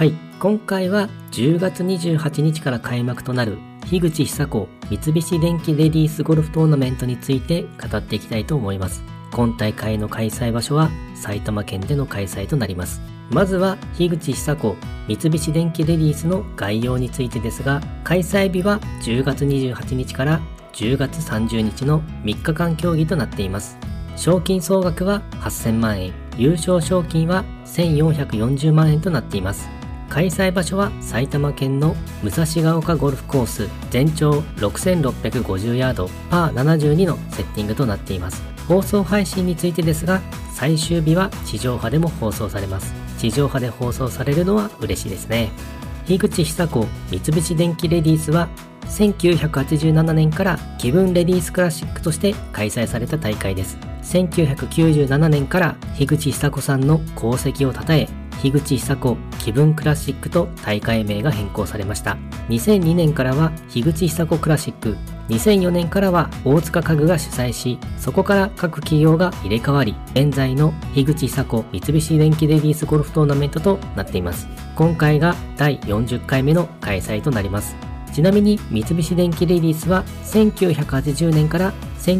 はい、今回は10月28日から開幕となる樋口久子三菱電機レディースゴルフトーナメントについて語っていきたいと思います。今大会の開催場所は埼玉県での開催となります。まずは樋口久子三菱電機レディースの概要についてですが、開催日は10月28日から10月30日の3日間競技となっています。賞金総額は8000万円、優勝賞金は1440万円となっています。開催場所は埼玉県の武蔵ヶ丘ゴルフコース、全長6650ヤード、パー72のセッティングとなっています。放送配信についてですが、最終日は地上波でも放送されます。地上波で放送されるのは嬉しいですね。樋口久子三菱電機レディースは1987年から気分レディースクラシックとして開催された大会です。1997年から樋口久子さんの功績を称え、樋口久子気分クラシックと大会名が変更されました。2002年からは樋口久子クラシック、2004年からは大塚家具が主催し、そこから各企業が入れ替わり、現在の樋口久子三菱電機レディースゴルフトーナメントとなっています。今回が第40回目の開催となります。ちなみに三菱電機レディースは1980年から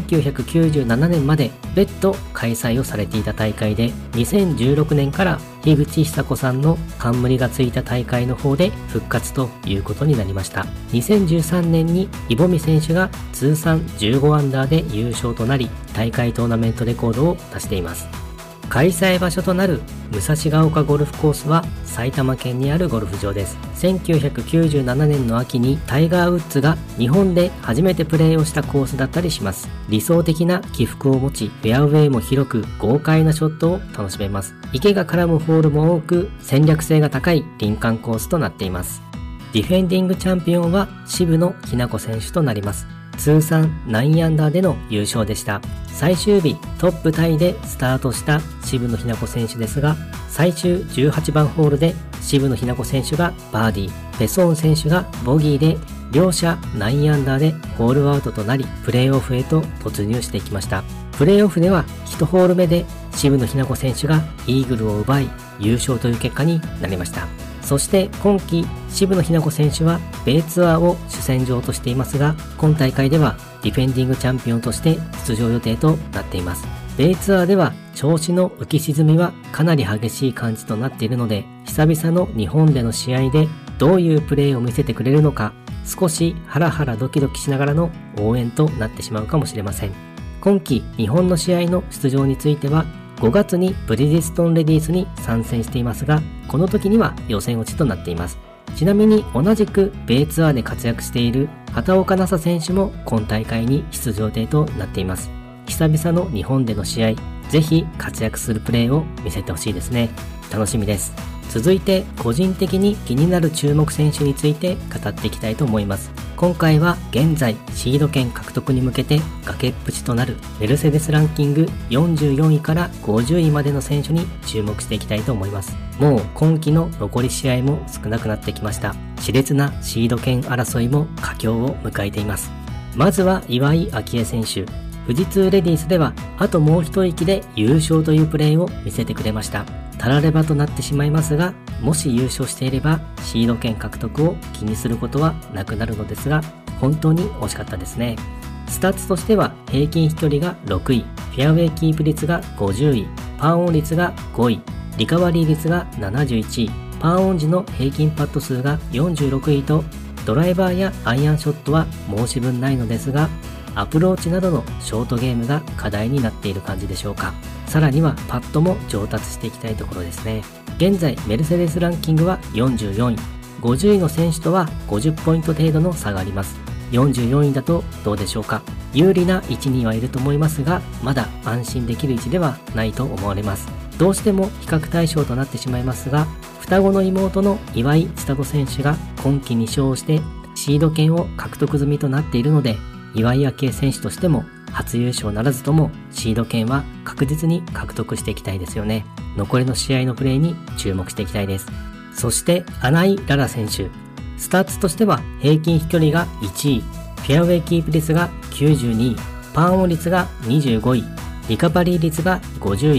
1997年まで別途開催をされていた大会で、2016年から樋口久子さんの冠がついた大会の方で復活ということになりました。2013年にイボミ選手が通算15アンダーで優勝となり、大会トーナメントレコードを出しています。開催場所となる武蔵ヶ丘ゴルフコースは埼玉県にあるゴルフ場です。1997年の秋にタイガー・ウッズが日本で初めてプレーをしたコースだったりします。理想的な起伏を持ち、フェアウェイも広く豪快なショットを楽しめます。池が絡むホールも多く、戦略性が高い林間コースとなっています。ディフェンディングチャンピオンは渋野日向子選手となります。通算9アンダーでの優勝でした。最終日トップタイでスタートした渋野日向子選手ですが、最終18番ホールで渋野日向子選手がバーディー、ペソーン選手がボギーで、両者9アンダーでホールアウトとなり、プレーオフへと突入していきました。プレーオフでは1ホール目で渋野日向子選手がイーグルを奪い優勝という結果になりました。そして今季渋野日向子選手は米ツアーを主戦場としていますが、今大会ではディフェンディングチャンピオンとして出場予定となっています。米ツアーでは調子の浮き沈みはかなり激しい感じとなっているので、久々の日本での試合でどういうプレーを見せてくれるのか、少しハラハラドキドキしながらの応援となってしまうかもしれません。今季日本の試合の出場については5月にブリヂストンレディースに参戦していますが、この時には予選落ちとなっています。ちなみに同じく米ツアーで活躍している畑岡奈紗選手も今大会に出場予定となっています。久々の日本での試合、ぜひ活躍するプレーを見せてほしいですね。楽しみです。続いて個人的に気になる注目選手について語っていきたいと思います。今回は現在シード権獲得に向けて崖っぷちとなるメルセデスランキング44位から50位までの選手に注目していきたいと思います。もう今季の残り試合も少なくなってきました。熾烈なシード権争いも佳境を迎えています。まずは岩井明愛選手。富士通レディースではあともう一息で優勝というプレーを見せてくれました。たらればとなってしまいますが、もし優勝していればシード権獲得を気にすることはなくなるのですが、本当に惜しかったですね。スタッツとしては平均飛距離が6位、フェアウェイキープ率が50位、パーオン率が5位、リカバリー率が71位、パーオン時の平均パット数が46位と、ドライバーやアイアンショットは申し分ないのですが、アプローチなどのショートゲームが課題になっている感じでしょうか。さらにはパットも上達していきたいところですね。現在メルセデスランキングは44位、50位の選手とは50ポイント程度の差があります。44位だとどうでしょうか。有利な位置にはいると思いますが、まだ安心できる位置ではないと思われます。どうしても比較対象となってしまいますが、双子の妹の岩井千怜選手が今季2勝してシード権を獲得済みとなっているので、岩井明愛選手としても初優勝ならずともシード権は確実に獲得していきたいですよね。残りの試合のプレーに注目していきたいです。そして穴井楽々選手、スタッツとしては平均飛距離が1位、フェアウェイキープ率が92位、パーオン率が25位、リカバリー率が50位、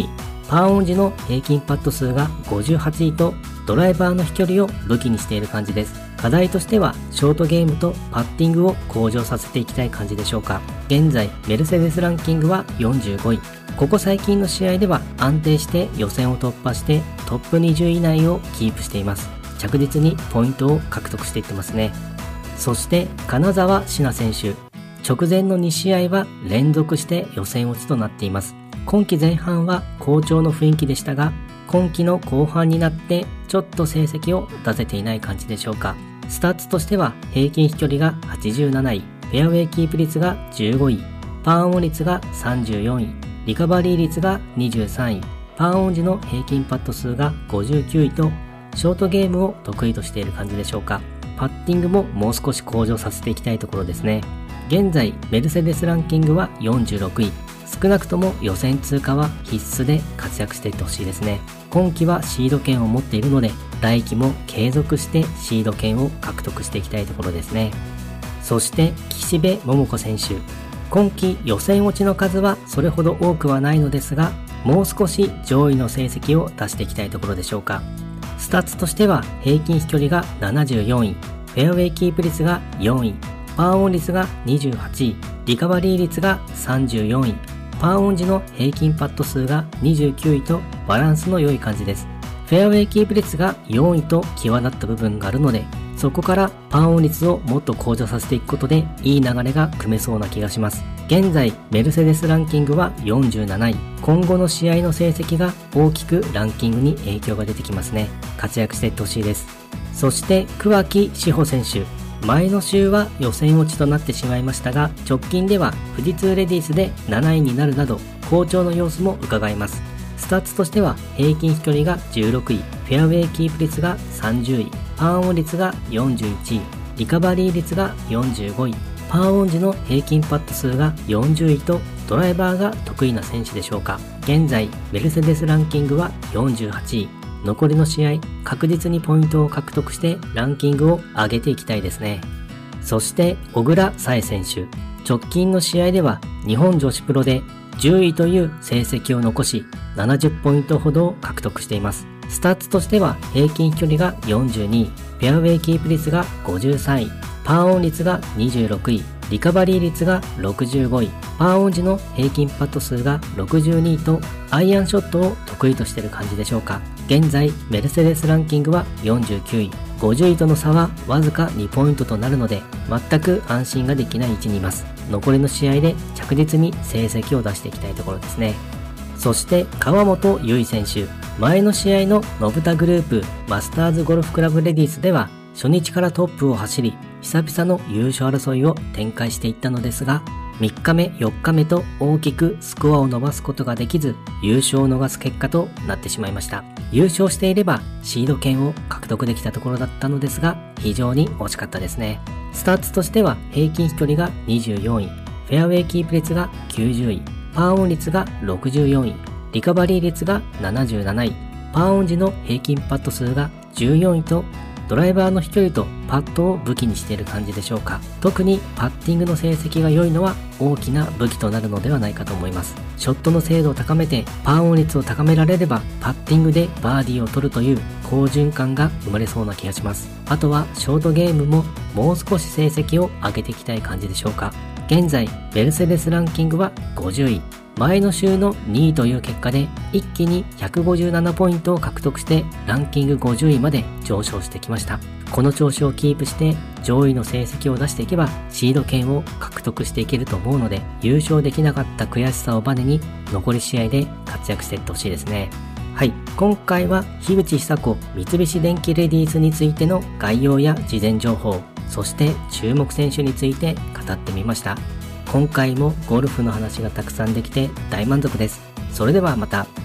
パーオン時の平均パット数が58位とドライバーの飛距離を武器にしている感じです。課題としてはショートゲームとパッティングを向上させていきたい感じでしょうか。現在メルセデスランキングは45位。ここ最近の試合では安定して予選を突破してトップ20位以内をキープしています。着実にポイントを獲得していってますね。そして金沢志奈選手、直前の2試合は連続して予選落ちとなっています。今季前半は好調の雰囲気でしたが、今季の後半になってちょっと成績を出せていない感じでしょうか。スタッツとしては平均飛距離が87位、フェアウェイキープ率が15位、パーオン率が34位、リカバリー率が23位、パーオン時の平均パット数が59位とショートゲームを得意としている感じでしょうか。パッティングももう少し向上させていきたいところですね。現在メルセデスランキングは46位。少なくとも予選通過は必須で活躍していってほしいですね。今季はシード権を持っているので、来季も継続してシード権を獲得していきたいところですね。そして岸辺桃子選手、今季予選落ちの数はそれほど多くはないのですが、もう少し上位の成績を出していきたいところでしょうか。スタッツとしては平均飛距離が74位、フェアウェイキープ率が4位、パーオン率が28位、リカバリー率が34位、パーオン時の平均パット数が29位とバランスの良い感じです。フェアウェイキープ率が4位と際立った部分があるので、そこからパーオン率をもっと向上させていくことでいい流れが組めそうな気がします。現在メルセデスランキングは47位。今後の試合の成績が大きくランキングに影響が出てきますね。活躍していってほしいです。そして桑木志帆選手、前の週は予選落ちとなってしまいましたが、直近では富士通レディースで7位になるなど好調の様子も伺えます。スタッツとしては平均飛距離が16位、フェアウェイキープ率が30位、パーオン率が41位、リカバリー率が45位、パーオン時の平均パット数が40位とドライバーが得意な選手でしょうか。現在メルセデスランキングは48位。残りの試合確実にポイントを獲得してランキングを上げていきたいですね。そして小倉彩選手、直近の試合では日本女子プロで10位という成績を残し70ポイントほどを獲得しています。スタッツとしては平均飛距離が42位、フェアウェイキープ率が53位、パーオン率が26位、リカバリー率が65位、パーオン時の平均パット数が62位とアイアンショットを得意としている感じでしょうか。現在メルセデスランキングは49位、50位との差はわずか2ポイントとなるので全く安心ができない位置にいます。残りの試合で着実に成績を出していきたいところですね。そして川本結衣選手、前の試合のノブタグループマスターズゴルフクラブレディースでは初日からトップを走り久々の優勝争いを展開していったのですが、3日目4日目と大きくスコアを伸ばすことができず優勝を逃す結果となってしまいました。優勝していればシード権を獲得できたところだったのですが、非常に惜しかったですね。スタッツとしては平均飛距離が24位、フェアウェイキープ率が90位、パーオン率が64位、リカバリー率が77位、パーオン時の平均パット数が14位とドライバーの飛距離とパットを武器にしている感じでしょうか。特にパッティングの成績が良いのは大きな武器となるのではないかと思います。ショットの精度を高めてパーオン率を高められればパッティングでバーディーを取るという好循環が生まれそうな気がします。あとはショートゲームももう少し成績を上げていきたい感じでしょうか。現在メルセデスランキングは50位。前の週の2位という結果で一気に157ポイントを獲得してランキング50位まで上昇してきました。この調子をキープして上位の成績を出していけばシード権を獲得していけると思うので、優勝できなかった悔しさをバネに残り試合で活躍していってほしいですね。はい、今回は樋口久子三菱電機レディースについての概要や事前情報、そして注目選手について語ってみました。今回もゴルフの話がたくさんできて大満足です。それではまた。